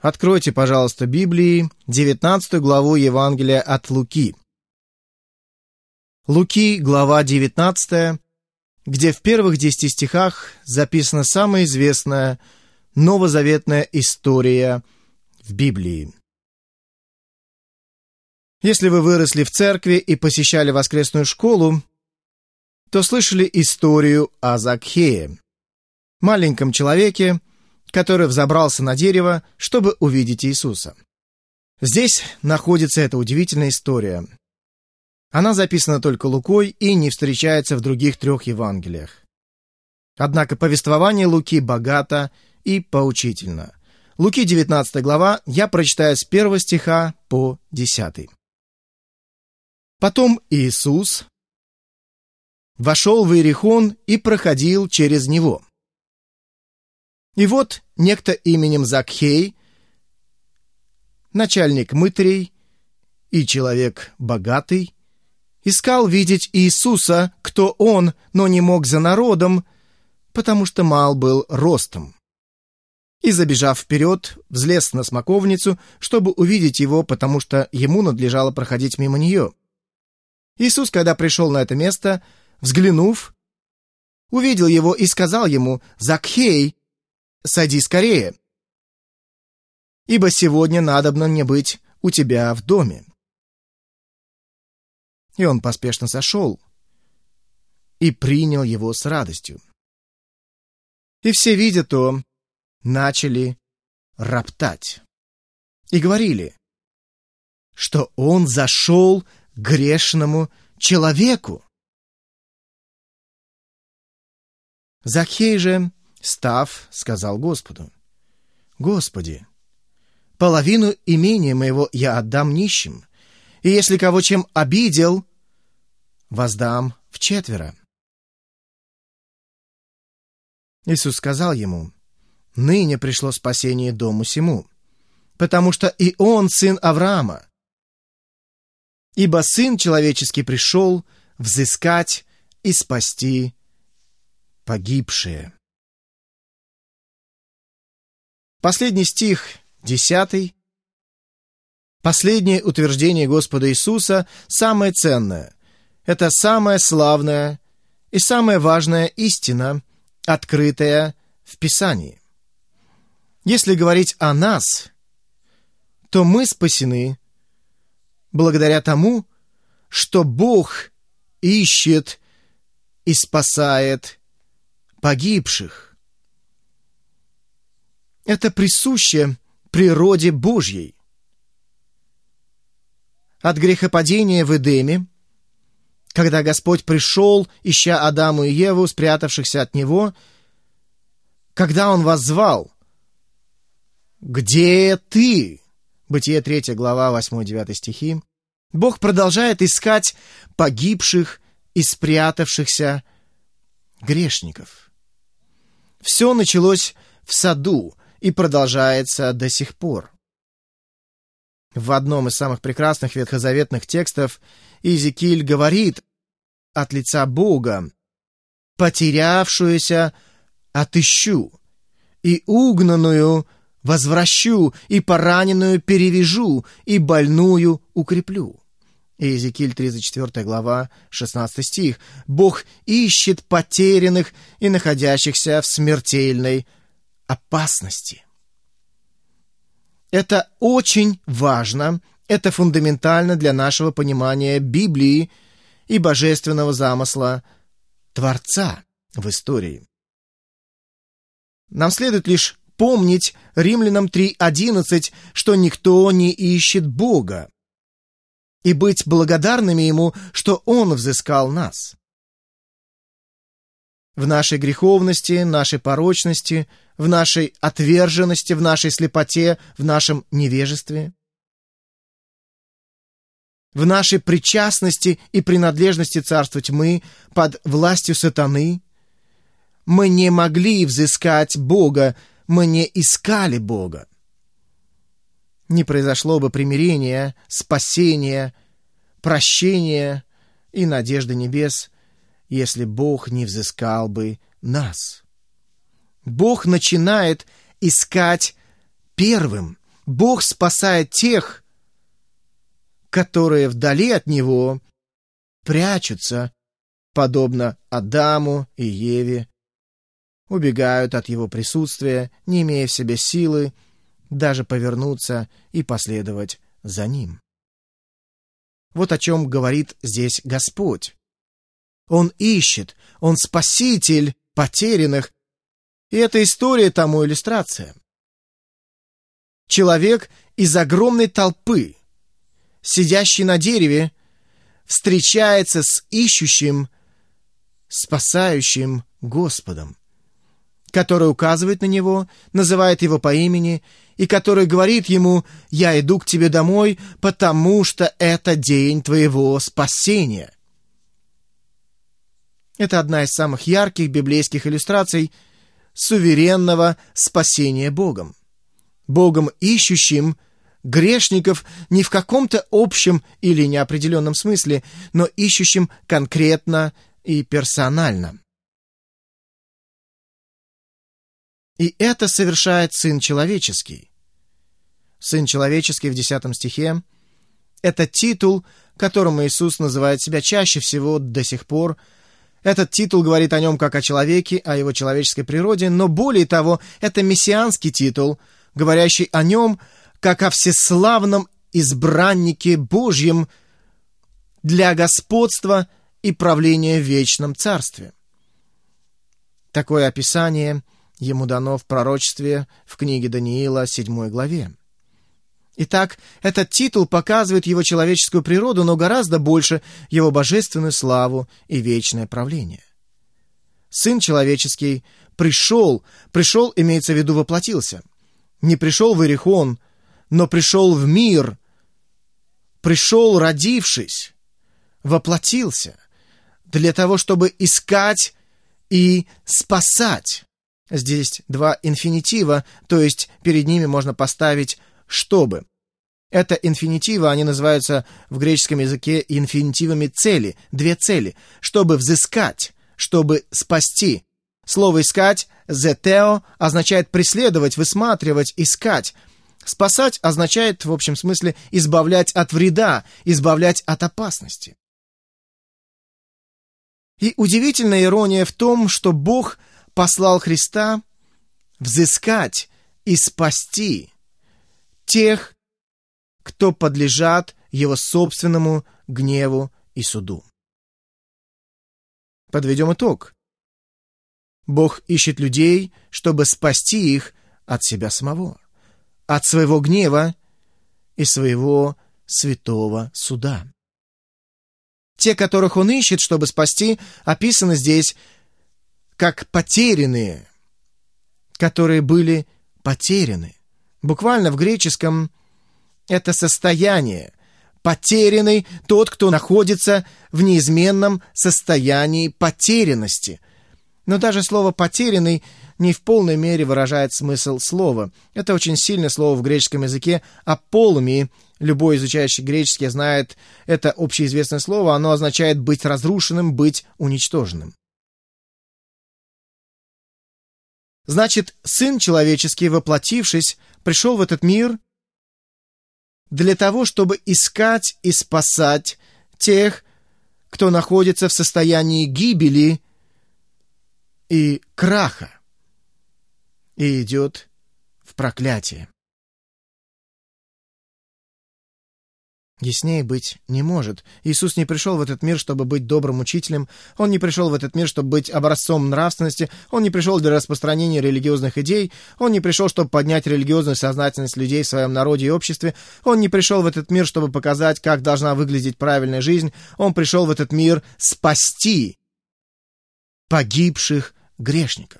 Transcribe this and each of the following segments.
Откройте, пожалуйста, Библии, 19 главу Евангелия от Луки. Луки, глава 19, где в первых 10 стихах записана самая известная новозаветная история в Библии. Если вы выросли в церкви и посещали воскресную школу, то слышали историю о Закхее, маленьком человеке, который взобрался на дерево, чтобы увидеть Иисуса. Здесь находится эта удивительная история. Она записана только Лукой и не встречается в других 3 Евангелиях. Однако повествование Луки богато и поучительно. Луки, 19 глава, я прочитаю с 1 стиха по 10. «Потом Иисус вошел в Иерихон и проходил через него. И вот некто именем Закхей, начальник мытарей и человек богатый, искал видеть Иисуса, кто он, но не мог за народом, потому что мал был ростом. И, забежав вперед, взлез на смоковницу, чтобы увидеть его, потому что ему надлежало проходить мимо нее. Иисус, когда пришел на это место, взглянув, увидел его и сказал ему: «Закхей, сойди скорее, ибо сегодня надобно мне быть у тебя в доме». И он поспешно сошел и принял его с радостью. И все, видя то, начали роптать и говорили, что он зашел к грешному человеку. Закхей же, став, сказал Господу: «Господи, половину имения моего я отдам нищим, и если кого чем обидел, воздам вчетверо». Иисус сказал ему: «Ныне пришло спасение дому сему, потому что и он сын Авраама. Ибо Сын Человеческий пришел взыскать и спасти погибшие». Последний стих, 10. Последнее утверждение Господа Иисуса самое ценное. Это самая славная и самая важная истина, открытая в Писании. Если говорить о нас, то мы спасены благодаря тому, что Бог ищет и спасает погибших. Это присуще природе Божьей. От грехопадения в Эдеме, когда Господь пришел, ища Адаму и Еву, спрятавшихся от Него, когда Он воззвал: «Где ты?» Бытие 3 глава 8-9 стихи. Бог продолжает искать погибших и спрятавшихся грешников. Все началось в саду и продолжается до сих пор. В одном из самых прекрасных ветхозаветных текстов Иезекииль говорит от лица Бога: «Потерявшуюся отыщу, и угнанную возвращу, и пораненную перевяжу, и больную укреплю». Иезекииль 34 глава, 16 стих. Бог ищет потерянных и находящихся в смертельной опасности. Это очень важно, это фундаментально для нашего понимания Библии и божественного замысла Творца в истории. Нам следует лишь помнить Римлянам 3:11, что никто не ищет Бога, и быть благодарными Ему, что Он взыскал нас. В нашей греховности, нашей порочности, в нашей отверженности, в нашей слепоте, в нашем невежестве, в нашей причастности и принадлежности царству тьмы под властью сатаны, мы не могли взыскать Бога, мы не искали Бога. Не произошло бы примирения, спасения, прощения и надежды небес, если Бог не взыскал бы нас. Бог начинает искать первым, Бог спасает тех, которые вдали от Него прячутся, подобно Адаму и Еве, убегают от Его присутствия, не имея в себе силы даже повернуться и последовать за Ним. Вот о чем говорит здесь Господь. Он ищет, Он спаситель потерянных, и эта история тому иллюстрация. Человек из огромной толпы, сидящий на дереве, встречается с ищущим, спасающим Господом, который указывает на него, называет его по имени, и который говорит ему: «Я иду к тебе домой, потому что это день твоего спасения». Это одна из самых ярких библейских иллюстраций суверенного спасения Богом. Богом ищущим грешников не в каком-то общем или неопределенном смысле, но ищущим конкретно и персонально. И это совершает Сын Человеческий. Сын Человеческий в 10 стихе — это титул, которым Иисус называет себя чаще всего до сих пор. Этот титул говорит о нем как о человеке, о его человеческой природе, но более того, это мессианский титул, говорящий о нем как о всеславном избраннике Божьем для господства и правления в вечном царстве. Такое описание ему дано в пророчестве в книге Даниила, 7 главе. Итак, этот титул показывает его человеческую природу, но гораздо больше его божественную славу и вечное правление. Сын Человеческий пришел, имеется в виду, воплотился. Не пришел в Иерихон, но пришел в мир, пришел, родившись, воплотился, для того, чтобы искать и спасать. Здесь два инфинитива, то есть перед ними можно поставить «чтобы». Это инфинитивы, они называются в греческом языке инфинитивами цели, две цели, чтобы взыскать, чтобы спасти. Слово «искать» «зетео» означает преследовать, высматривать, искать. Спасать означает, в общем смысле, избавлять от вреда, избавлять от опасности. И удивительная ирония в том, что Бог послал Христа взыскать и спасти тех, кто подлежат Его собственному гневу и суду. Подведем итог. Бог ищет людей, чтобы спасти их от себя самого, от своего гнева и своего святого суда. Те, которых Он ищет, чтобы спасти, описаны здесь как потерянные, которые были потеряны. Буквально в греческом это состояние. Потерянный — тот, кто находится в неизменном состоянии потерянности. Но даже слово «потерянный» не в полной мере выражает смысл слова. Это очень сильное слово в греческом языке «апполумии». Любой изучающий греческий знает это общеизвестное слово. Оно означает «быть разрушенным», «быть уничтоженным». Значит, Сын Человеческий, воплотившись, пришел в этот мир для того, чтобы искать и спасать тех, кто находится в состоянии гибели и краха и идет в проклятие. Яснее быть не может. Иисус не пришел в этот мир, чтобы быть добрым учителем. Он не пришел в этот мир, чтобы быть образцом нравственности. Он не пришел для распространения религиозных идей. Он не пришел, чтобы поднять религиозную сознательность людей в своем народе и обществе. Он не пришел в этот мир, чтобы показать, как должна выглядеть правильная жизнь. Он пришел в этот мир спасти погибших грешников.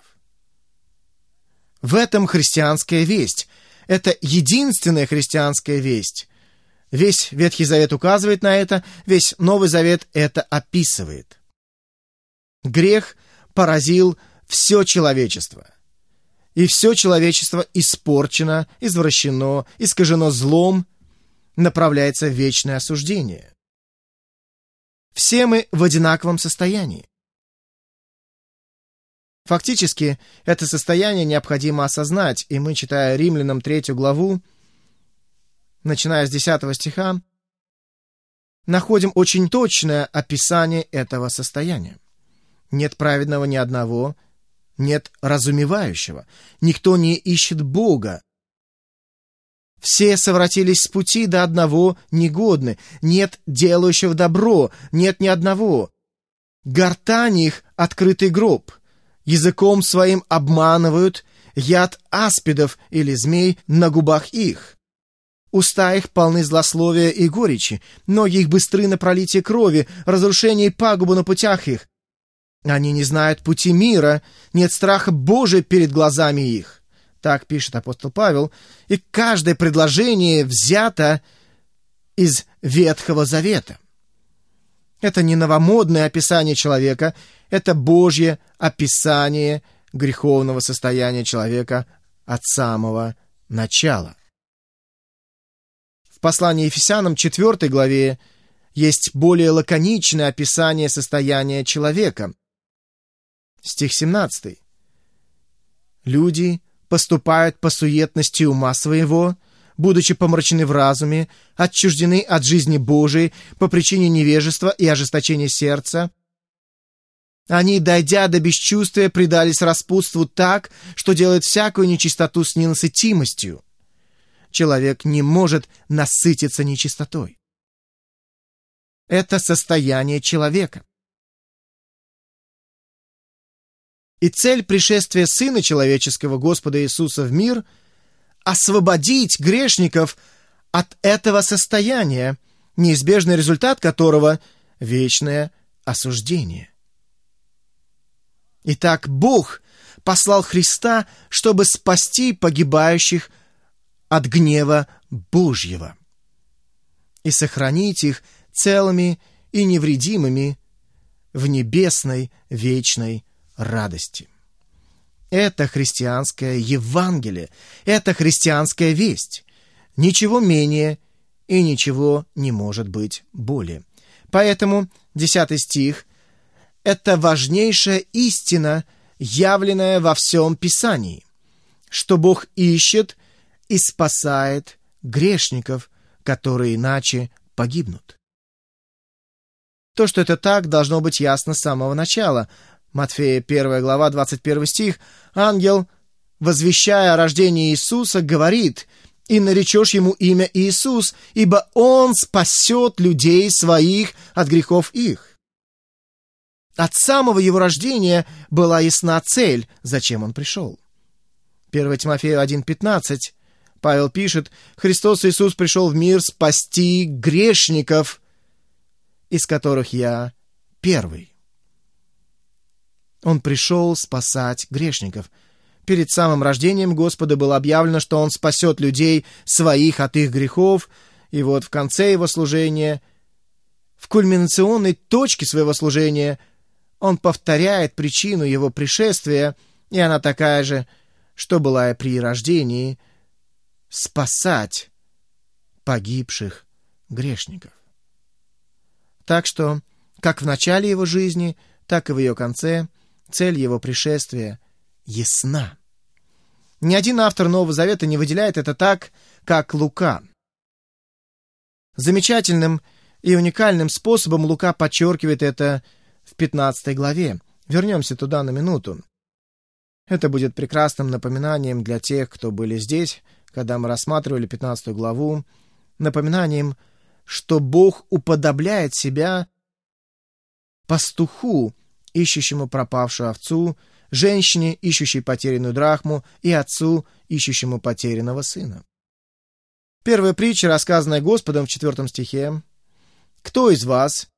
В этом христианская весть. Это единственная христианская весть. Весь Ветхий Завет указывает на это, весь Новый Завет это описывает. Грех поразил все человечество. И все человечество испорчено, извращено, искажено злом, направляется в вечное осуждение. Все мы в одинаковом состоянии. Фактически, это состояние необходимо осознать, и мы, читая Римлянам 3 главу, начиная с 10 стиха, находим очень точное описание этого состояния. Нет праведного ни одного, нет разумевающего, никто не ищет Бога. Все совратились с пути, до одного негодны, нет делающего добро, нет ни одного. Гортань их — открытый гроб, языком своим обманывают, яд аспидов или змей на губах их. Уста их полны злословия и горечи, ноги их быстры на пролитие крови, разрушение и пагубу на путях их. Они не знают пути мира, нет страха Божия перед глазами их. Так пишет апостол Павел, и каждое предложение взято из Ветхого Завета. Это не новомодное описание человека, это Божье описание греховного состояния человека от самого начала. В послании Ефесянам 4 главе есть более лаконичное описание состояния человека. Стих 17. «Люди поступают по суетности ума своего, будучи помрачены в разуме, отчуждены от жизни Божией по причине невежества и ожесточения сердца. Они, дойдя до бесчувствия, предались распутству так, что делают всякую нечистоту с ненасытимостью. Человек не может насытиться нечистотой. Это состояние человека. И цель пришествия Сына Человеческого, Господа Иисуса, в мир — освободить грешников от этого состояния, неизбежный результат которого — вечное осуждение. Итак, Бог послал Христа, чтобы спасти погибающих от гнева Божьего и сохранить их целыми и невредимыми в небесной вечной радости. Это христианское Евангелие, это христианская весть. Ничего менее и ничего не может быть более. Поэтому 10 стих — это важнейшая истина, явленная во всем Писании, что Бог ищет и спасает грешников, которые иначе погибнут. То, что это так, должно быть ясно с самого начала. Матфея 1 глава, 21 стих. Ангел, возвещая о рождении Иисуса, говорит: «И наречешь ему имя Иисус, ибо он спасет людей своих от грехов их». От самого его рождения была ясна цель, зачем он пришел. 1 Тимофею 1,15 Павел пишет: «Христос Иисус пришел в мир спасти грешников, из которых я первый». Он пришел спасать грешников. Перед самым рождением Господа было объявлено, что Он спасет людей своих от их грехов, и вот в конце Его служения, в кульминационной точке своего служения, Он повторяет причину Его пришествия, и она такая же, что была и при рождении — спасать погибших грешников. Так что, как в начале Его жизни, так и в ее конце, цель Его пришествия ясна. Ни один автор Нового Завета не выделяет это так, как Лука. Замечательным и уникальным способом Лука подчеркивает это в 15 главе. Вернемся туда на минуту. Это будет прекрасным напоминанием для тех, кто были здесь, когда мы рассматривали 15 главу, напоминанием, что Бог уподобляет себя пастуху, ищущему пропавшую овцу, женщине, ищущей потерянную драхму, и отцу, ищущему потерянного сына. Первая притча, рассказанная Господом в 4 стихе. «Кто из вас,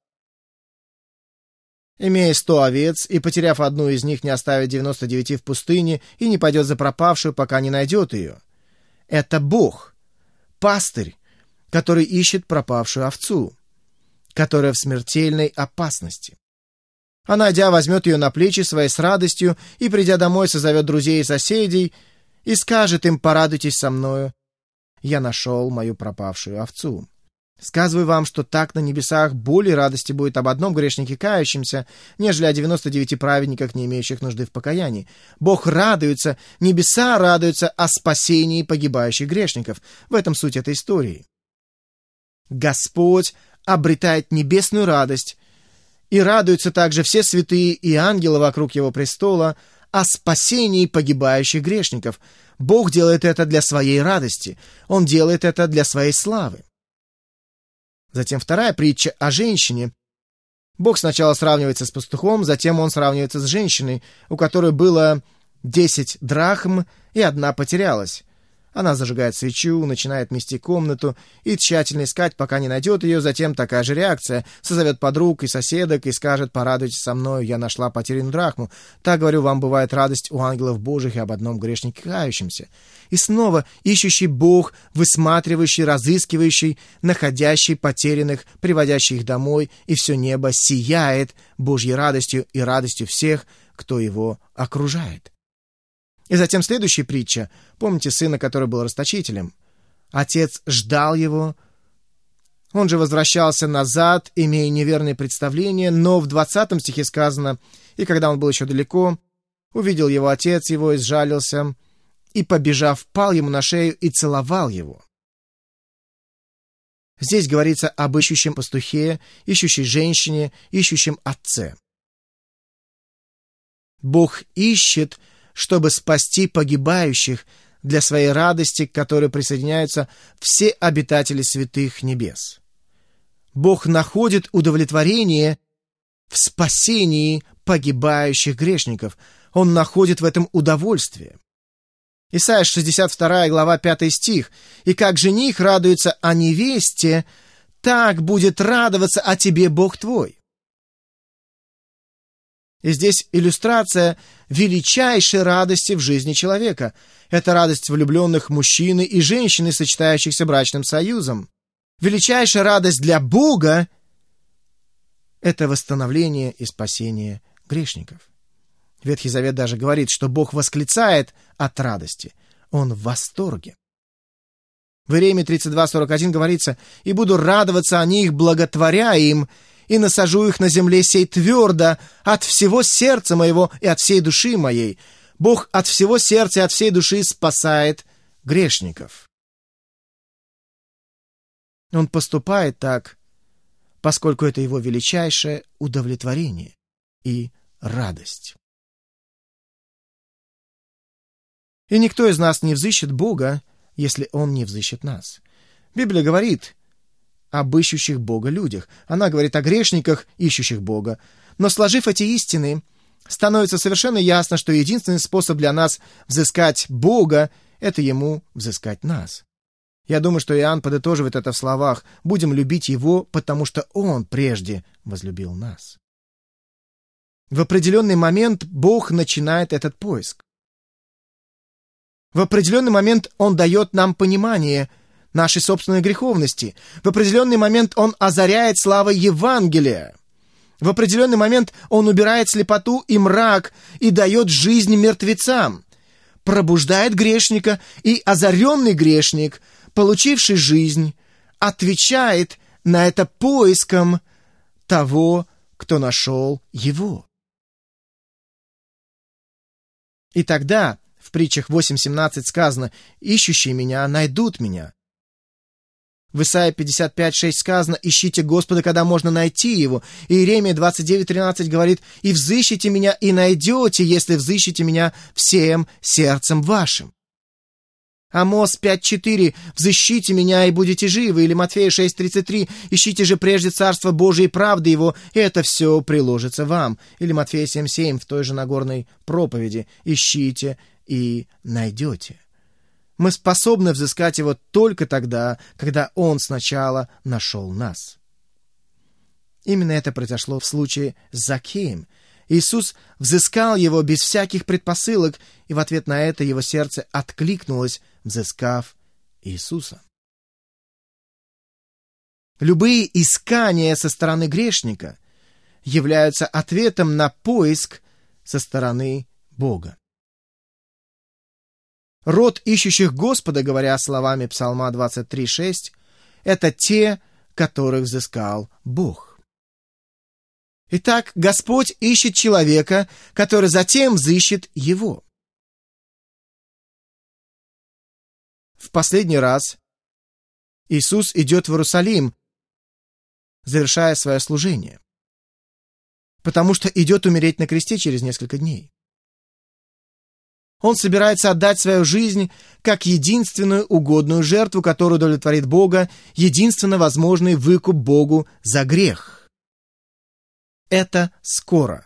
имея 100 овец, и, потеряв одну из них, не оставит 99 в пустыне и не пойдет за пропавшую, пока не найдет ее? Это Бог, пастырь, который ищет пропавшую овцу, которая в смертельной опасности. А найдя, возьмет ее на плечи свои с радостью и, придя домой, созовет друзей и соседей и скажет им: порадуйтесь со мною, я нашел мою пропавшую овцу. Сказываю вам, что так на небесах более радости будет об одном грешнике кающемся, нежели о 99 праведниках, не имеющих нужды в покаянии. Бог радуется, небеса радуются о спасении погибающих грешников. В этом суть этой истории. Господь обретает небесную радость, и радуются также все святые и ангелы вокруг Его престола о спасении погибающих грешников. Бог делает это для своей радости, Он делает это для своей славы. Затем вторая притча о женщине. Бог сначала сравнивается с пастухом, затем Он сравнивается с женщиной, у которой было 10 драхм, и одна потерялась. Она зажигает свечу, начинает мести комнату и тщательно искать, пока не найдет ее. Затем такая же реакция. Созовет подруг и соседок и скажет: «Порадуйтесь со мной, я нашла потерянную драхму». Так, говорю вам, бывает радость у ангелов Божьих и об одном грешнике кающемся. И снова ищущий Бог, высматривающий, разыскивающий, находящий потерянных, приводящий их домой, и все небо сияет Божьей радостью и радостью всех, кто его окружает. И затем следующая притча. Помните сына, который был расточителем? Отец ждал его. Он же возвращался назад, имея неверные представления, но в 20 стихе сказано: «И когда он был еще далеко, увидел его отец его и сжалился, и, побежав, пал ему на шею и целовал его». Здесь говорится об ищущем пастухе, ищущей женщине, ищущем отце. Бог ищет, чтобы спасти погибающих, для своей радости, к которой присоединяются все обитатели святых небес. Бог находит удовлетворение в спасении погибающих грешников. Он находит в этом удовольствие. Исайя 62 глава 5 стих. «И как жених радуется о невесте, так будет радоваться о тебе Бог твой». И здесь иллюстрация величайшей радости в жизни человека. Это радость влюбленных мужчины и женщины, сочетающихся брачным союзом. Величайшая радость для Бога — это восстановление и спасение грешников. Ветхий Завет даже говорит, что Бог восклицает от радости. Он в восторге. В Иеремии 32:41 говорится: «И буду радоваться о них, благотворя им, и насажу их на земле сей твердо от всего сердца моего и от всей души моей». Бог от всего сердца и от всей души спасает грешников. Он поступает так, поскольку это его величайшее удовлетворение и радость. И никто из нас не взыщет Бога, если Он не взыщет нас. Библия говорит об ищущих Бога людях. Она говорит о грешниках, ищущих Бога. Но, сложив эти истины, становится совершенно ясно, что единственный способ для нас взыскать Бога — это Ему взыскать нас. Я думаю, что Иоанн подытоживает это в словах: «Будем любить Его, потому что Он прежде возлюбил нас». В определенный момент Бог начинает этот поиск. В определенный момент Он дает нам понимание нашей собственной греховности. В определенный момент Он озаряет славой Евангелия. В определенный момент Он убирает слепоту и мрак и дает жизнь мертвецам, пробуждает грешника, и озаренный грешник, получивший жизнь, отвечает на это поиском того, кто нашел его. И тогда в притчах 8:17 сказано: «Ищущие меня найдут меня». В Исайе 55:6 сказано: «Ищите Господа, когда можно найти Его». И Иеремия 29:13 говорит: «И взыщите меня, и найдете, если взыщете меня всем сердцем вашим». Амос 5:4 «Взыщите меня, и будете живы». Или Матфея 6:33 «Ищите же прежде Царство Божие и правды Его, и это все приложится вам». Или Матфея 7:7 в той же Нагорной проповеди «Ищите и найдете». Мы способны взыскать Его только тогда, когда Он сначала нашел нас. Именно это произошло в случае с Закхеем. Иисус взыскал его без всяких предпосылок, и в ответ на это его сердце откликнулось, взыскав Иисуса. Любые искания со стороны грешника являются ответом на поиск со стороны Бога. Род ищущих Господа, говоря словами Псалма 23:6, это те, которых взыскал Бог. Итак, Господь ищет человека, который затем взыщет его. В последний раз Иисус идет в Иерусалим, завершая свое служение, потому что идет умереть на кресте через несколько дней. Он собирается отдать свою жизнь как единственную угодную жертву, которая удовлетворит Бога, единственно возможный выкуп Богу за грех. Это скоро.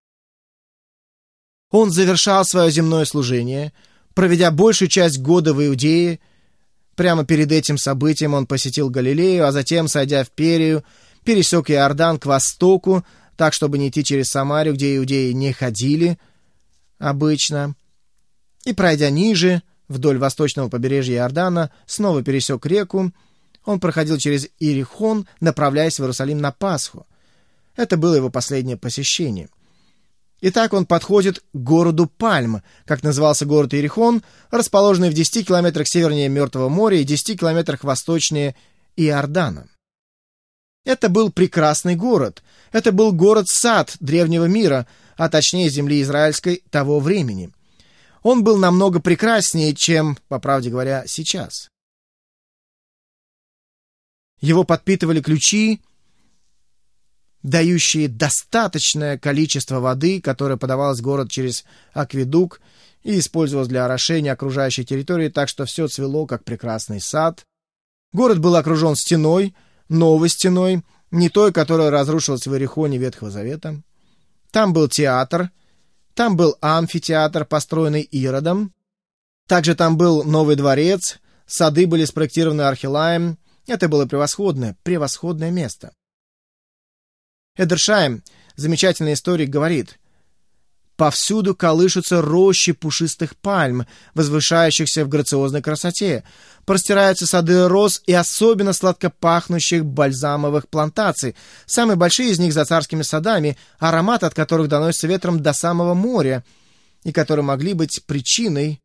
Он завершал свое земное служение, проведя большую часть года в Иудее. Прямо перед этим событием он посетил Галилею, а затем, сойдя в Перию, пересек Иордан к востоку, так, чтобы не идти через Самарию, где иудеи не ходили обычно, и, пройдя ниже, вдоль восточного побережья Иордана, снова пересек реку. Он проходил через Иерихон, направляясь в Иерусалим на Пасху. Это было его последнее посещение. Итак, он подходит к городу Пальм, как назывался город Иерихон, расположенный в 10 километрах севернее Мертвого моря и 10 километрах восточнее Иордана. Это был прекрасный город. Это был город-сад древнего мира, а точнее земли израильской того времени. Он был намного прекраснее, чем, по правде говоря, сейчас. Его подпитывали ключи, дающие достаточное количество воды, которое подавалось в город через акведук и использовалось для орошения окружающей территории, так что все цвело, как прекрасный сад. Город был окружен стеной, новой стеной, не той, которая разрушилась в Иерихоне Ветхого Завета. Там был театр, там был амфитеатр, построенный Иродом. Также там был новый дворец, сады были спроектированы Архилаем. Это было превосходное место. Эдершайм, замечательный историк, говорит: «Повсюду колышутся рощи пушистых пальм, возвышающихся в грациозной красоте. Простираются сады роз и особенно сладко пахнущих бальзамовых плантаций. Самые большие из них за царскими садами, аромат от которых доносится ветром до самого моря, и которые могли быть причиной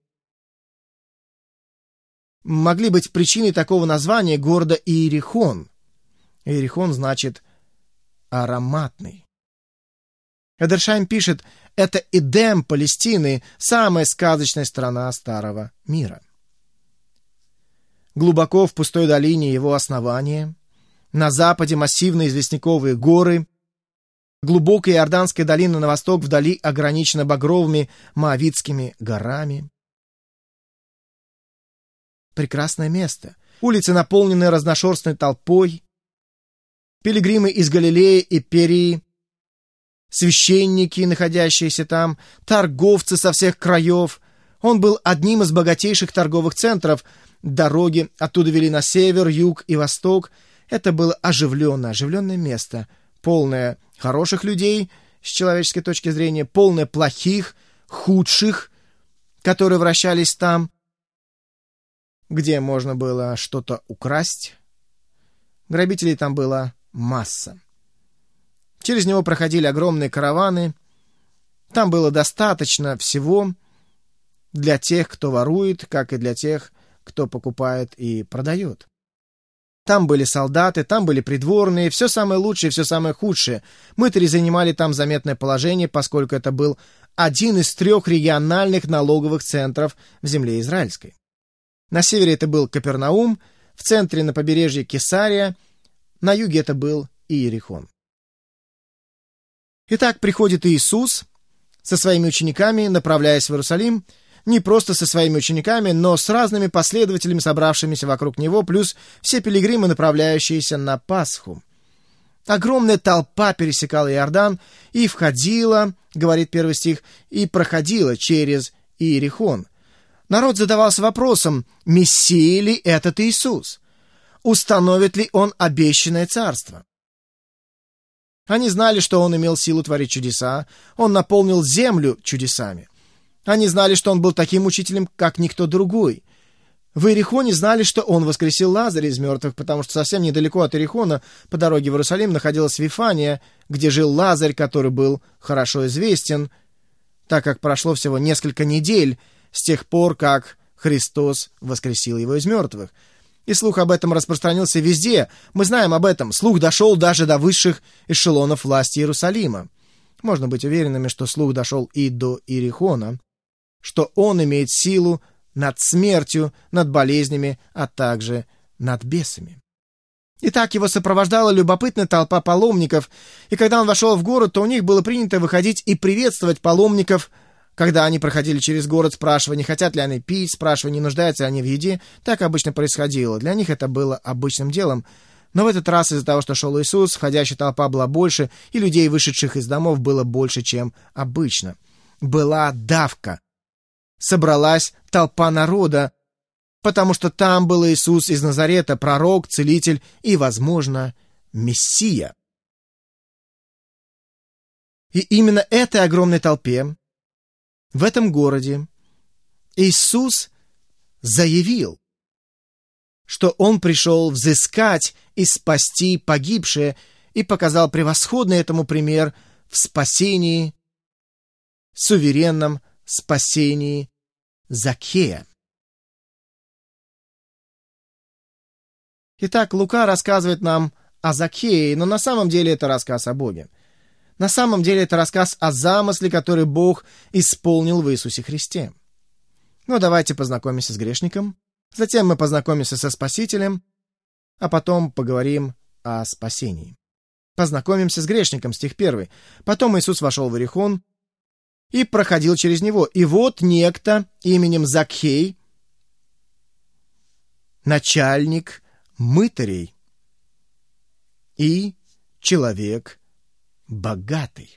такого названия города Иерихон». Иерихон значит «ароматный». Эдершайм пишет: «Это Эдем Палестины, самая сказочная страна Старого мира». Глубоко в пустой долине его основания, на западе массивные известняковые горы, глубокая Иорданская долина на восток вдали ограничена багровыми Моавитскими горами. Прекрасное место. Улицы наполнены разношерстной толпой, пилигримы из Галилеи и Перии, священники, находящиеся там, торговцы со всех краев. Он был одним из богатейших торговых центров. Дороги оттуда вели на север, юг и восток. Это было оживленное место, полное хороших людей с человеческой точки зрения, полное плохих, худших, которые вращались там, где можно было что-то украсть. Грабителей там была масса. Через него проходили огромные караваны. Там было достаточно всего для тех, кто ворует, как и для тех, кто покупает и продает. Там были солдаты, там были придворные, все самое лучшее, все самое худшее. Мытари занимали там заметное положение, поскольку это был один из 3 региональных налоговых центров в земле израильской. На севере это был Капернаум, в центре на побережье Кесария, на юге это был Иерихон. Итак, приходит Иисус со своими учениками, направляясь в Иерусалим, не просто со своими учениками, но с разными последователями, собравшимися вокруг него, плюс все пилигримы, направляющиеся на Пасху. Огромная толпа пересекала Иордан и входила, говорит 1 стих, и проходила через Иерихон. Народ задавался вопросом, Мессия ли этот Иисус? Установит ли он обещанное царство? Они знали, что он имел силу творить чудеса, он наполнил землю чудесами. Они знали, что он был таким учителем, как никто другой. В Иерихоне знали, что он воскресил Лазаря из мертвых, потому что совсем недалеко от Иерихона, по дороге в Иерусалим, находилась Вифания, где жил Лазарь, который был хорошо известен, так как прошло всего несколько недель с тех пор, как Христос воскресил его из мертвых. И слух об этом распространился везде. Мы знаем об этом. Слух дошел даже до высших эшелонов власти Иерусалима. Можно быть уверенными, что слух дошел и до Иерихона, что он имеет силу над смертью, над болезнями, а также над бесами. Итак, его сопровождала любопытная толпа паломников, и когда он вошел в город, то у них было принято выходить и приветствовать паломников, когда они проходили через город, спрашивая, не хотят ли они пить, спрашивая, не нуждаются ли они в еде. Так обычно происходило. Для них это было обычным делом. Но в этот раз из-за того, что шел Иисус, входящая толпа была больше, и людей, вышедших из домов, было больше, чем обычно. Была давка. Собралась толпа народа, потому что там был Иисус из Назарета, пророк, целитель и, возможно, Мессия. И именно этой огромной толпе в этом городе Иисус заявил, что Он пришел взыскать и спасти погибшее, и показал превосходный этому пример в спасении, суверенном спасении Закхея. Итак, Лука рассказывает нам о Закхее, но на самом деле это рассказ о Боге. На самом деле это рассказ о замысле, который Бог исполнил в Иисусе Христе. Ну, давайте познакомимся с грешником. Затем мы познакомимся со Спасителем, а потом поговорим о спасении. Познакомимся с грешником, стих 1. Потом Иисус вошел в Иерихон и проходил через него. И вот некто именем Закхей, начальник мытарей и человек богатый.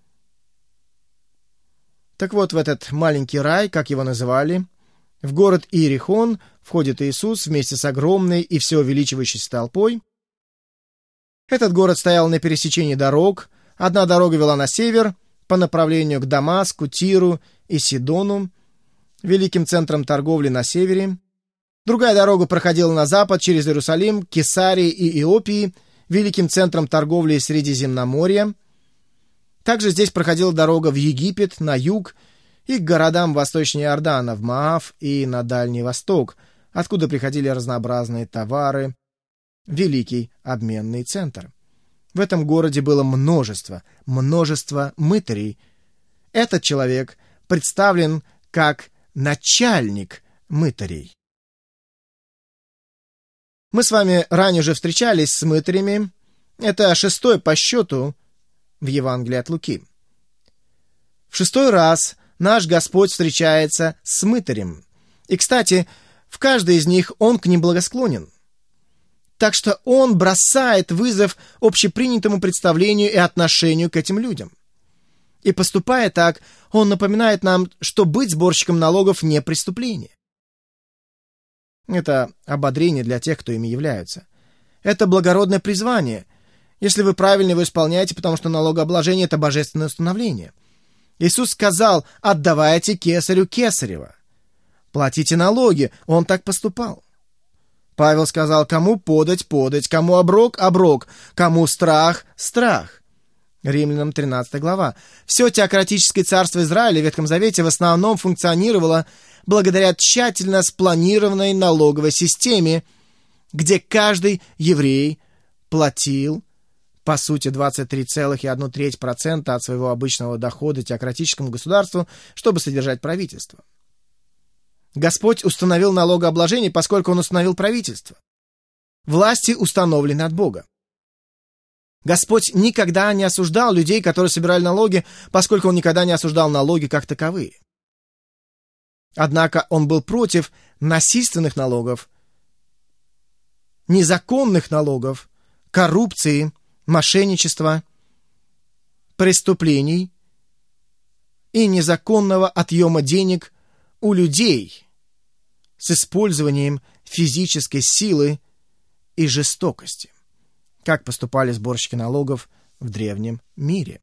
Так вот, в этот маленький рай, как его называли, в город Иерихон входит Иисус вместе с огромной и все увеличивающейся толпой. Этот город стоял на пересечении дорог. Одна дорога вела на север, по направлению к Дамаску, Тиру и Сидону, великим центрам торговли на севере. Другая дорога проходила на запад через Иерусалим, Кесарии и Иопии, великим центром торговли Средиземноморья. Также здесь проходила дорога в Египет, на юг, и к городам восточнее Иордана, в Моав и на Дальний Восток, откуда приходили разнообразные товары, великий обменный центр. В этом городе было множество мытарей. Этот человек представлен как начальник мытарей. Мы с вами ранее уже встречались с мытарями. Это 6-й по счету в Евангелии от Луки. В 6-й раз наш Господь встречается с мытарем. И, кстати, в каждой из них Он к ним благосклонен. Так что Он бросает вызов общепринятому представлению и отношению к этим людям. И поступая так, Он напоминает нам, что быть сборщиком налогов не преступление. Это ободрение для тех, кто ими являются. Это благородное призвание, если вы правильно его исполняете, потому что налогообложение — это божественное установление. Иисус сказал: «Отдавайте кесарю кесарево». Платите налоги. Он так поступал. Павел сказал: «Кому подать — подать, кому оброк — оброк, кому страх — страх». Римлянам 13 глава. Все теократическое царство Израиля в Ветхом Завете в основном функционировало благодаря тщательно спланированной налоговой системе, где каждый еврей платил, по сути, 23,1% от своего обычного дохода теократическому государству, чтобы содержать правительство. Господь установил налогообложение, поскольку Он установил правительство. Власти установлены от Бога. Господь никогда не осуждал людей, которые собирали налоги, поскольку Он никогда не осуждал налоги как таковые. Однако Он был против насильственных налогов, незаконных налогов, коррупции, мошенничества, преступлений и незаконного отъема денег у людей с использованием физической силы и жестокости, как поступали сборщики налогов в древнем мире.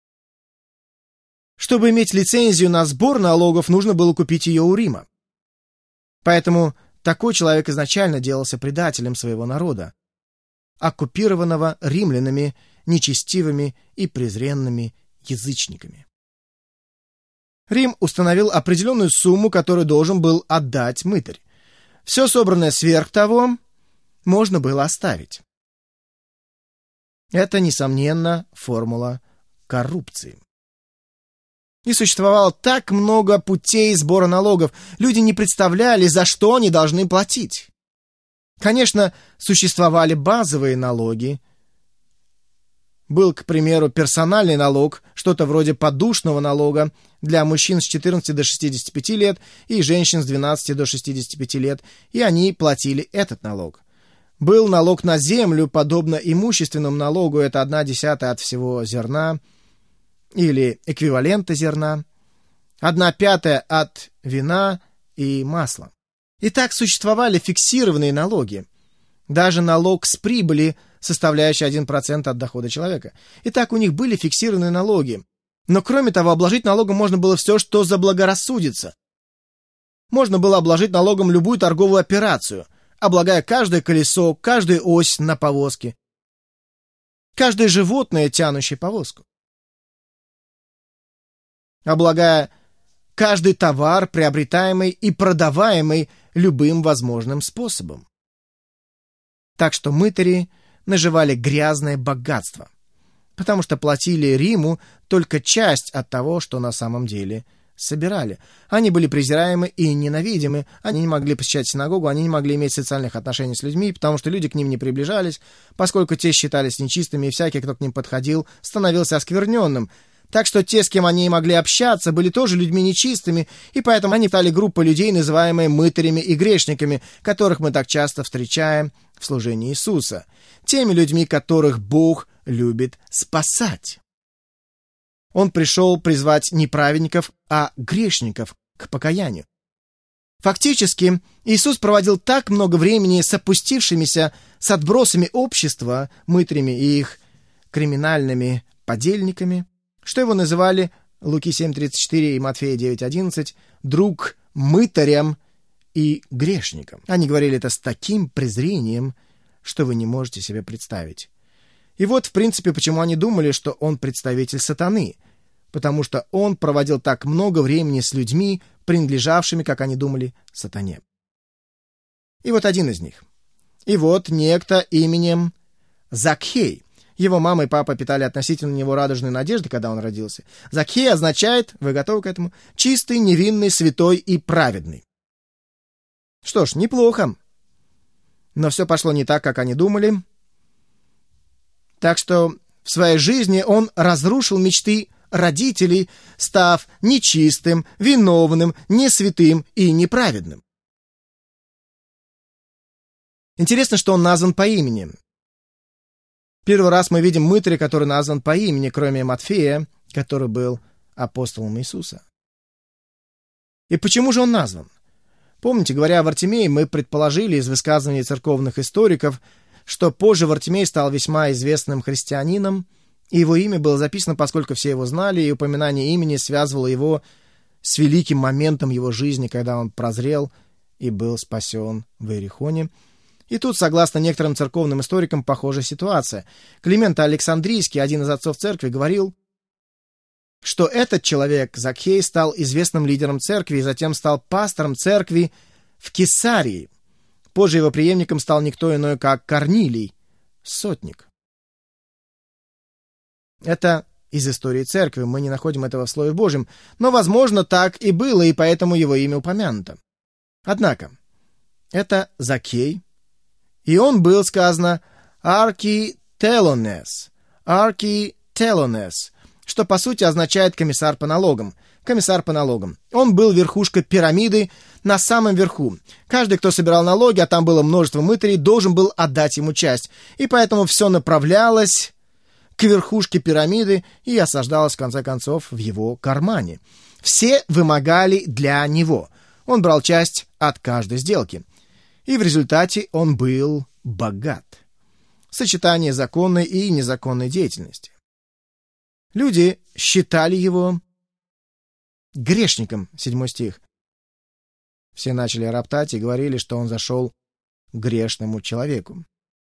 Чтобы иметь лицензию на сбор налогов, нужно было купить ее у Рима. Поэтому такой человек изначально делался предателем своего народа, оккупированного римлянами, нечестивыми и презренными язычниками. Рим установил определенную сумму, которую должен был отдать мытарь. Все собранное сверх того можно было оставить. Это, несомненно, формула коррупции. И существовало так много путей сбора налогов. Люди не представляли, за что они должны платить. Конечно, существовали базовые налоги. Был, к примеру, персональный налог, что-то вроде подушного налога для мужчин с 14 до 65 лет и женщин с 12 до 65 лет, и они платили этот налог. Был налог на землю, подобно имущественному налогу, это 1/10 от всего зерна или эквивалента зерна, 1/5 от вина и масла. Итак, существовали фиксированные налоги, даже налог с прибыли, составляющий 1% от дохода человека. Итак, у них были фиксированные налоги. Но кроме того, обложить налогом можно было все, что заблагорассудится. Можно было обложить налогом любую торговую операцию, облагая каждое колесо, каждую ось на повозке, каждое животное, тянущее повозку, облагая каждый товар, приобретаемый и продаваемый любым возможным способом. Так что мытари наживали грязное богатство, потому что платили Риму только часть от того, что на самом деле собирали. Они были презираемы и ненавидимы, они не могли посещать синагогу, они не могли иметь социальных отношений с людьми, потому что люди к ним не приближались, поскольку те считались нечистыми, и всякий, кто к ним подходил, становился оскверненным. Так что те, с кем они могли общаться, были тоже людьми нечистыми, и поэтому они стали группой людей, называемые мытарями и грешниками, которых мы так часто встречаем в служении Иисуса. Теми людьми, которых Бог любит спасать. Он пришел призвать не праведников, а грешников к покаянию. Фактически, Иисус проводил так много времени с опустившимися, с отбросами общества, мытарями и их криминальными подельниками, что его называли Луки 7:34 и Матфея 9:11 друг мытарям и грешникам. Они говорили это с таким презрением, что вы не можете себе представить. И вот, в принципе, почему они думали, что он представитель сатаны, потому что он проводил так много времени с людьми, принадлежавшими, как они думали, сатане. И вот один из них. И вот некто именем Закхей. Его мама и папа питали относительно него радужную надежду, когда он родился. Закхей означает, вы готовы к этому, чистый, невинный, святой и праведный. Что ж, неплохо. Но все пошло не так, как они думали. Так что в своей жизни он разрушил мечты родителей, став нечистым, виновным, несвятым и неправедным. Интересно, что он назван по имени. Первый раз мы видим мытаря, который назван по имени, кроме Матфея, который был апостолом Иисуса. И почему же он назван? Помните, говоря о Вартимее, мы предположили из высказываний церковных историков, что позже Вартимей стал весьма известным христианином, и его имя было записано, поскольку все его знали, и упоминание имени связывало его с великим моментом его жизни, когда он прозрел и был спасен в Иерихоне. И тут, согласно некоторым церковным историкам, похожая ситуация. Климент Александрийский, один из отцов церкви, говорил, что этот человек, Закхей, стал известным лидером церкви и затем стал пастором церкви в Кесарии. Позже его преемником стал никто иной, как Корнилий, сотник. Это из истории церкви, мы не находим этого в Слове Божьем, но, возможно, так и было, и поэтому его имя упомянуто. Однако, это Закхей, и он был, сказано, аркителонес, что по сути означает комиссар по налогам. Комиссар по налогам. Он был верхушкой пирамиды, на самом верху. Каждый, кто собирал налоги, а там было множество мытарей, должен был отдать ему часть. И поэтому все направлялось к верхушке пирамиды и осаждалось, в конце концов, в его кармане. Все вымогали для него. Он брал часть от каждой сделки. И в результате он был богат. Сочетание законной и незаконной деятельности. Люди считали его грешником, 7 стих. Все начали роптать и говорили, что он зашел к грешному человеку.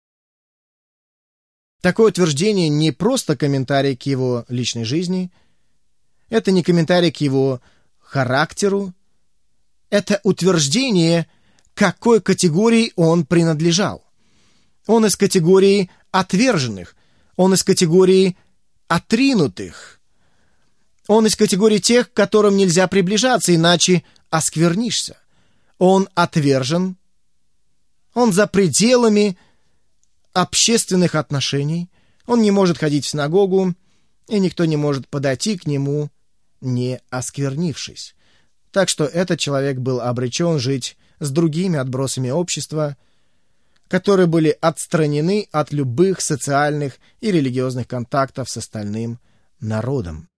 Такое утверждение не просто комментарий к его личной жизни, это не комментарий к его характеру, это утверждение, к какой категории он принадлежал. Он из категории отверженных, он из категории отринутых, он из категории тех, к которым нельзя приближаться, иначе осквернишься. Он отвержен, Он за пределами общественных отношений. Он не может ходить в синагогу, и никто не может подойти к нему, не осквернившись. Так что этот человек был обречен жить с другими отбросами общества, которые были отстранены от любых социальных и религиозных контактов с остальным народом.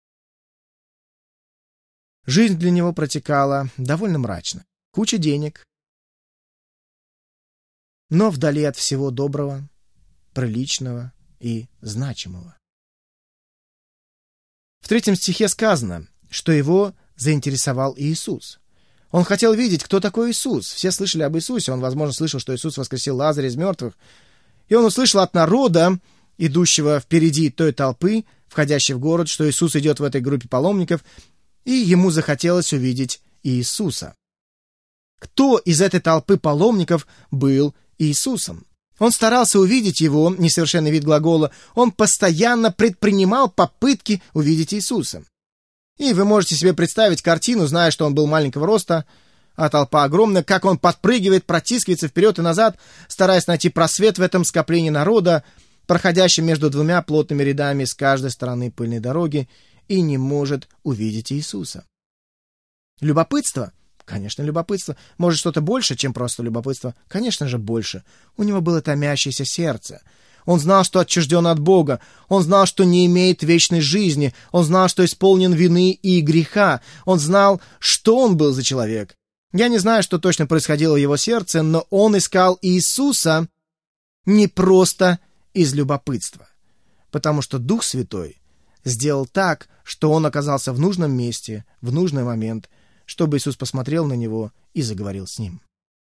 Жизнь для него протекала довольно мрачно. Куча денег, но вдали от всего доброго, приличного и значимого. В 3 стихе сказано, что его заинтересовал Иисус. Он хотел видеть, кто такой Иисус. Все слышали об Иисусе. Он, возможно, слышал, что Иисус воскресил Лазаря из мертвых. И он услышал от народа, идущего впереди той толпы, входящей в город, что Иисус идет в этой группе паломников, и ему захотелось увидеть Иисуса. Кто из этой толпы паломников был Иисусом? Он старался увидеть его, несовершенный вид глагола, он постоянно предпринимал попытки увидеть Иисуса. И вы можете себе представить картину, зная, что он был маленького роста, а толпа огромная, как он подпрыгивает, протискивается вперед и назад, стараясь найти просвет в этом скоплении народа, проходящем между 2 плотными рядами с каждой стороны пыльной дороги, и не может увидеть Иисуса. Любопытство? Конечно, любопытство. Может, что-то больше, чем просто любопытство? Конечно же, больше. У него было томящееся сердце. Он знал, что отчужден от Бога. Он знал, что не имеет вечной жизни. Он знал, что исполнен вины и греха. Он знал, что он был за человек. Я не знаю, что точно происходило в его сердце, но он искал Иисуса не просто из любопытства, потому что Дух Святой сделал так, что он оказался в нужном месте, в нужный момент, чтобы Иисус посмотрел на него и заговорил с ним.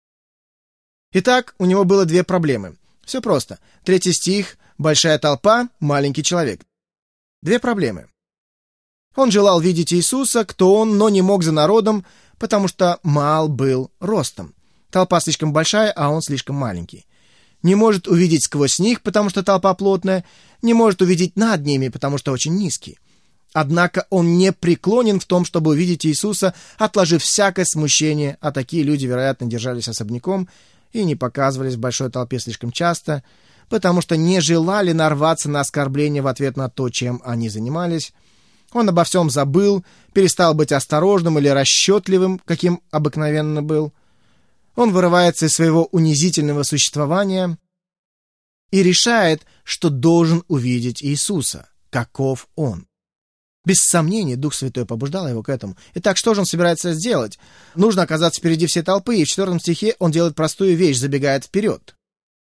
Итак, у него было 2 проблемы. Все просто. 3 стих, большая толпа, маленький человек. 2 проблемы. Он желал видеть Иисуса, кто он, но не мог за народом, потому что мал был ростом. Толпа слишком большая, а он слишком маленький. Не может увидеть сквозь них, потому что толпа плотная, не может увидеть над ними, потому что очень низкий. Однако он не преклонен в том, чтобы увидеть Иисуса, отложив всякое смущение, а такие люди, вероятно, держались особняком и не показывались в большой толпе слишком часто, потому что не желали нарваться на оскорбление в ответ на то, чем они занимались. Он обо всем забыл, перестал быть осторожным или расчетливым, каким обыкновенно был. Он вырывается из своего унизительного существования и решает, что должен увидеть Иисуса, каков он. Без сомнений, Дух Святой побуждал его к этому. Итак, что же он собирается сделать? Нужно оказаться впереди всей толпы, и в 4 стихе он делает простую вещь, забегает вперед.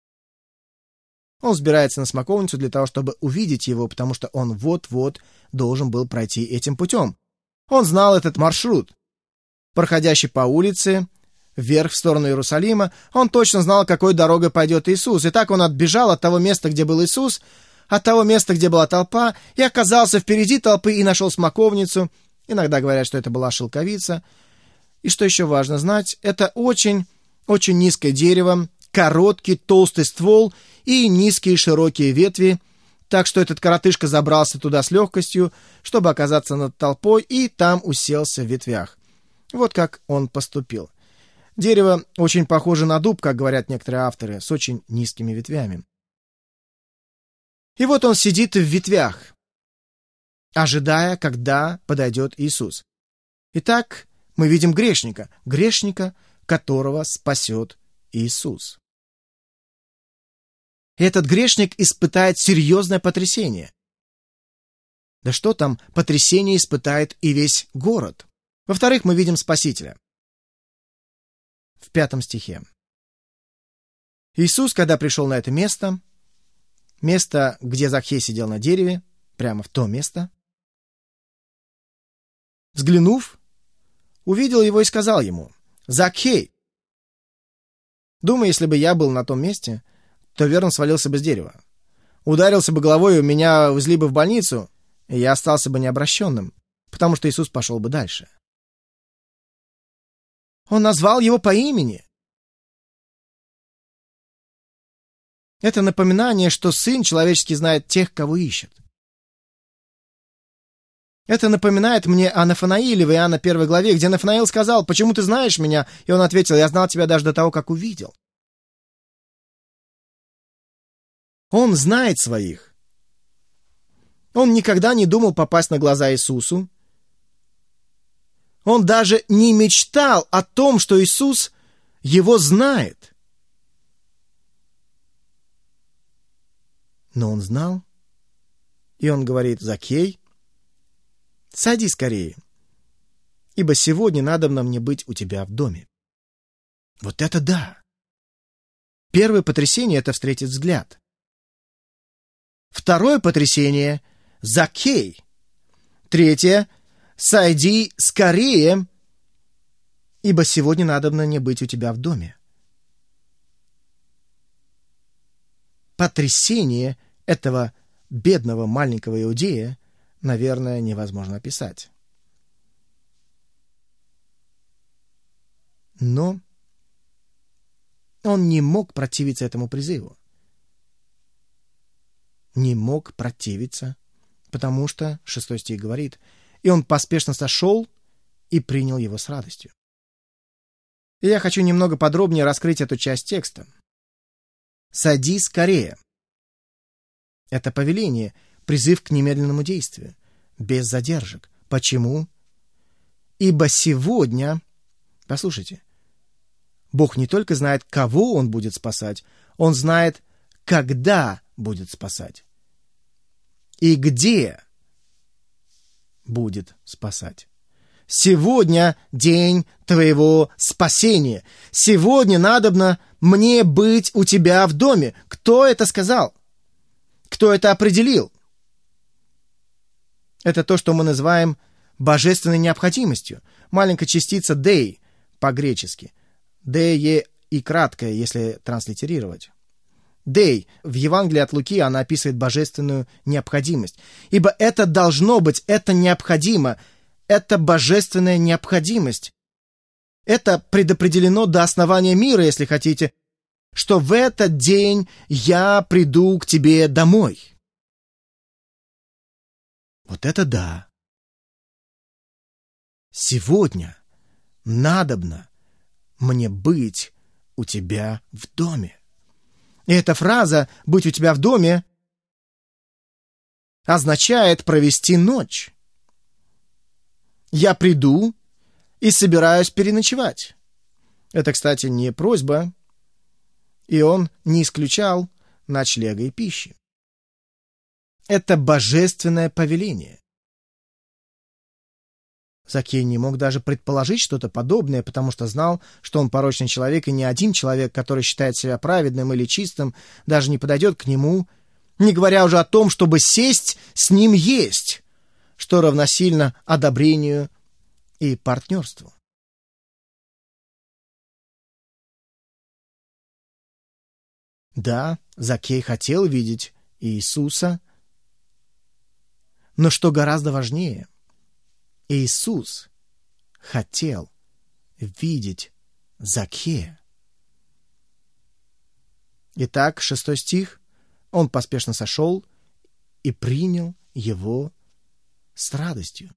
Он взбирается на смоковницу для того, чтобы увидеть его, потому что он вот-вот должен был пройти этим путем. Он знал этот маршрут. Проходящий по улице, вверх в сторону Иерусалима, он точно знал, какой дорогой пойдет Иисус. И так он отбежал от того места, где был Иисус, от того места, где была толпа, и оказался впереди толпы и нашел смоковницу. Иногда говорят, что это была шелковица. И что еще важно знать, это очень низкое дерево, короткий толстый ствол и низкие широкие ветви, так что этот коротышка забрался туда с легкостью, чтобы оказаться над толпой, и там уселся в ветвях. Вот как он поступил. Дерево очень похоже на дуб, как говорят некоторые авторы, с очень низкими ветвями. И вот он сидит в ветвях, ожидая, когда подойдет Иисус. Итак, мы видим грешника, которого спасет Иисус. И этот грешник испытает серьезное потрясение. Да что там, потрясение испытает и весь город. Во-вторых, мы видим Спасителя. В 5 стихе. Иисус, когда пришел на это место, где Закхей сидел на дереве, прямо в то место, взглянув, увидел его и сказал ему: «Закхей!» Думаю, если бы я был на том месте, то верно свалился бы с дерева. Ударился бы головой, и меня увезли бы в больницу, и я остался бы необращенным, потому что Иисус пошел бы дальше. Он назвал его по имени. Это напоминание, что Сын Человеческий знает тех, кого ищет. Это напоминает мне о Нафанаиле в Иоанна 1 главе, где Нафанаил сказал: «Почему ты знаешь меня?» И он ответил: «Я знал тебя даже до того, как увидел». Он знает своих. Он никогда не думал попасть на глаза Иисусу. Он даже не мечтал о том, что Иисус его знает. Но он знал, и он говорит: «Закей, садись скорее, ибо сегодня надобно мне быть у тебя в доме». Вот это да! Первое потрясение — это встретить взгляд. Второе потрясение — Закей. Третье — сойди скорее, ибо сегодня надобно мне быть у тебя в доме. Потрясение этого бедного маленького иудея, наверное, невозможно описать. Но он не мог противиться этому призыву. Не мог противиться, потому что, 6 стих говорит, «И он поспешно сошел и принял его с радостью». И я хочу немного подробнее раскрыть эту часть текста. «Садись скорее». Это повеление, призыв к немедленному действию, без задержек. Почему? Ибо сегодня, послушайте, Бог не только знает, кого Он будет спасать, Он знает, когда будет спасать и где будет спасать. Сегодня день твоего спасения. Сегодня надобно мне быть у тебя в доме. Кто это сказал? Кто это определил? Это то, что мы называем божественной необходимостью. Маленькая частица «дей» по-гречески. «Дее» и краткое, если транслитерировать. «Дей» в Евангелии от Луки она описывает божественную необходимость. Ибо это должно быть, это необходимо. Это божественная необходимость. Это предопределено до основания мира, если хотите, что в этот день я приду к тебе домой. Вот это да! Сегодня надобно мне быть у тебя в доме. И эта фраза «быть у тебя в доме» означает провести ночь. Я приду и собираюсь переночевать. Это, кстати, не просьба, и он не исключал ночлега и пищи. Это божественное повеление. Закей не мог даже предположить что-то подобное, потому что знал, что он порочный человек, и ни один человек, который считает себя праведным или чистым, даже не подойдет к нему, не говоря уже о том, чтобы сесть с ним есть, что равносильно одобрению и партнерству. Да, Закей хотел видеть Иисуса, но что гораздо важнее, Иисус хотел видеть Закея. Итак, 6 стих. Он поспешно сошел и принял его с радостью.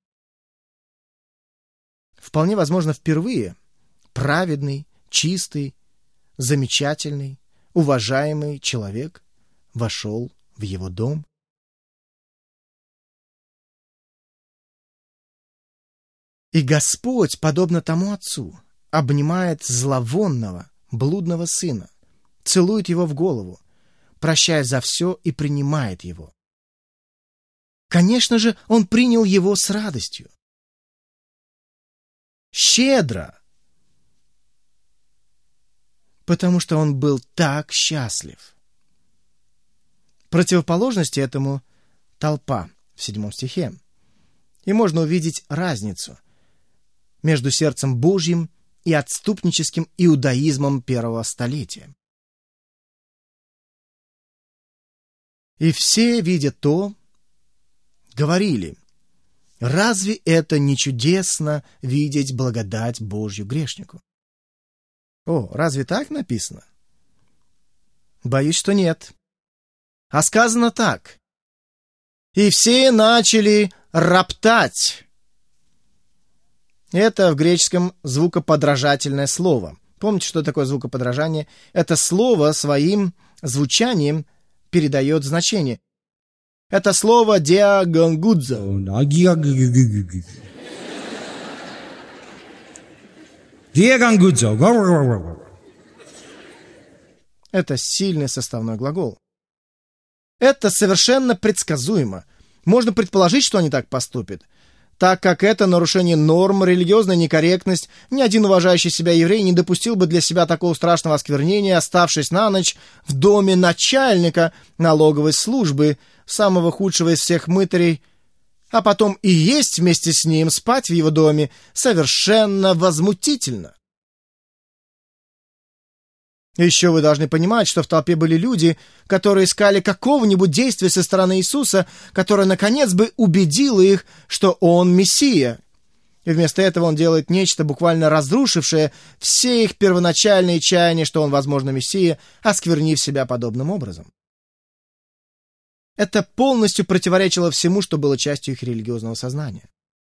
Вполне возможно, впервые праведный, чистый, замечательный, уважаемый человек вошел в его дом. И Господь, подобно тому отцу, обнимает зловонного, блудного сына, целует его в голову, прощая за все и принимает его. Конечно же, он принял его с радостью. Щедро. Потому что он был так счастлив. Противоположности этому — толпа в 7 стихе. И можно увидеть разницу между сердцем Божьим и отступническим иудаизмом первого столетия. И все, видя то, говорили: разве это не чудесно видеть благодать Божью грешнику? О, разве так написано? Боюсь, что нет. А сказано так: и все начали роптать. Это в греческом звукоподражательное слово. Помните, что такое звукоподражание? Это слово своим звучанием передает значение. Это слово «диагангудзо». Это сильный составной глагол. Это совершенно предсказуемо. Можно предположить, что они так поступят. Так как это нарушение норм, религиозная некорректность, ни один уважающий себя еврей не допустил бы для себя такого страшного осквернения, оставшись на ночь в доме начальника налоговой службы, самого худшего из всех мытарей, а потом и есть вместе с ним, спать в его доме, совершенно возмутительно. Еще вы должны понимать, что в толпе были люди, которые искали какого-нибудь действия со стороны Иисуса, которое, наконец, бы убедило их, что Он Мессия. И вместо этого Он делает нечто, буквально разрушившее все их первоначальные чаяния, что Он, возможно, Мессия, осквернив себя подобным образом. Это полностью противоречило всему, что было частью их религиозного сознания.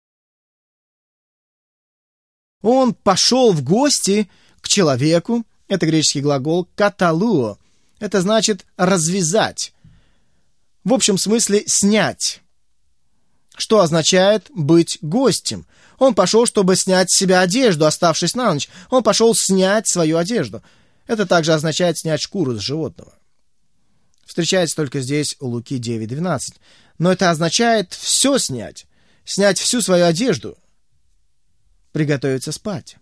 Он пошел в гости к человеку. Это греческий глагол «каталуо». Это значит «развязать». В общем смысле «снять». Что означает «быть гостем». Он пошел, чтобы снять с себя одежду, оставшись на ночь. Он пошел снять свою одежду. Это также означает снять шкуру с животного. Встречается только здесь у Луки 9:12. Но это означает все снять. Снять всю свою одежду. Приготовиться спать.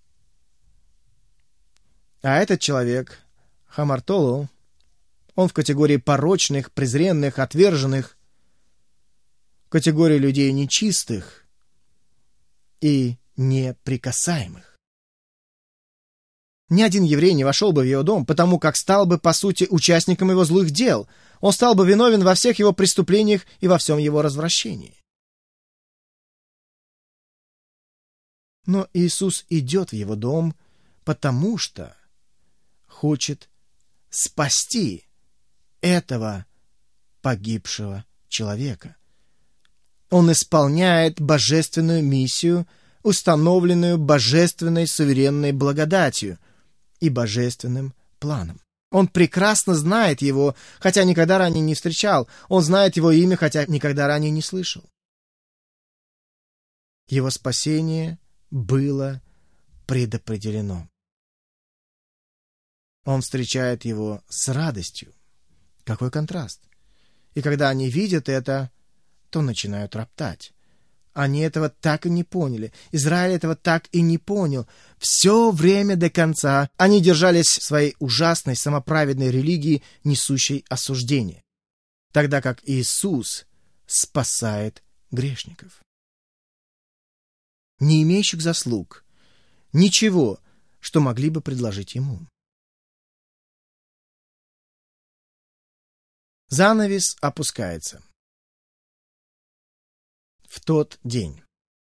А этот человек, хамартолу, он в категории порочных, презренных, отверженных, в категории людей нечистых и неприкасаемых. Ни один еврей не вошел бы в его дом, потому как стал бы, по сути, участником его злых дел. Он стал бы виновен во всех его преступлениях и во всем его развращении. Но Иисус идет в его дом, потому что хочет спасти этого погибшего человека. Он исполняет божественную миссию, установленную божественной суверенной благодатью и божественным планом. Он прекрасно знает его, хотя никогда ранее не встречал. Он знает его имя, хотя никогда ранее не слышал. Его спасение было предопределено. Он встречает его с радостью. Какой контраст! И когда они видят это, то начинают роптать. Они этого так и не поняли. Израиль этого так и не понял. Все время до конца они держались своей ужасной самоправедной религии, несущей осуждение. Тогда как Иисус спасает грешников. Не имеющих заслуг. Ничего, что могли бы предложить ему. Занавес опускается. В тот день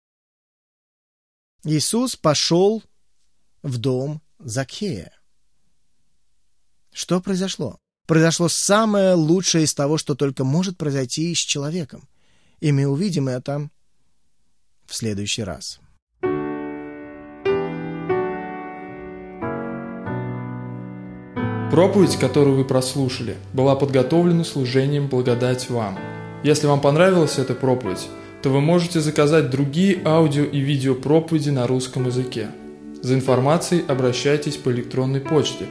Иисус пошел в дом Закхея. Что произошло? Произошло самое лучшее из того, что только может произойти с человеком. И мы увидим это в следующий раз. Проповедь, которую вы прослушали, была подготовлена служением «Благодать вам». Если вам понравилась эта проповедь, то вы можете заказать другие аудио и видео проповеди на русском языке. За информацией обращайтесь по электронной почте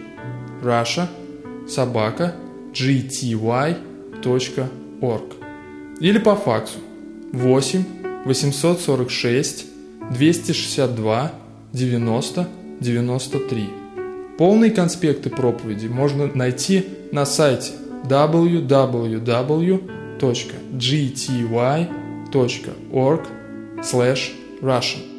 russia@gty.org или по факсу 8 846 262 90 93. Полные конспекты проповеди можно найти на сайте www.gty.org/Russian.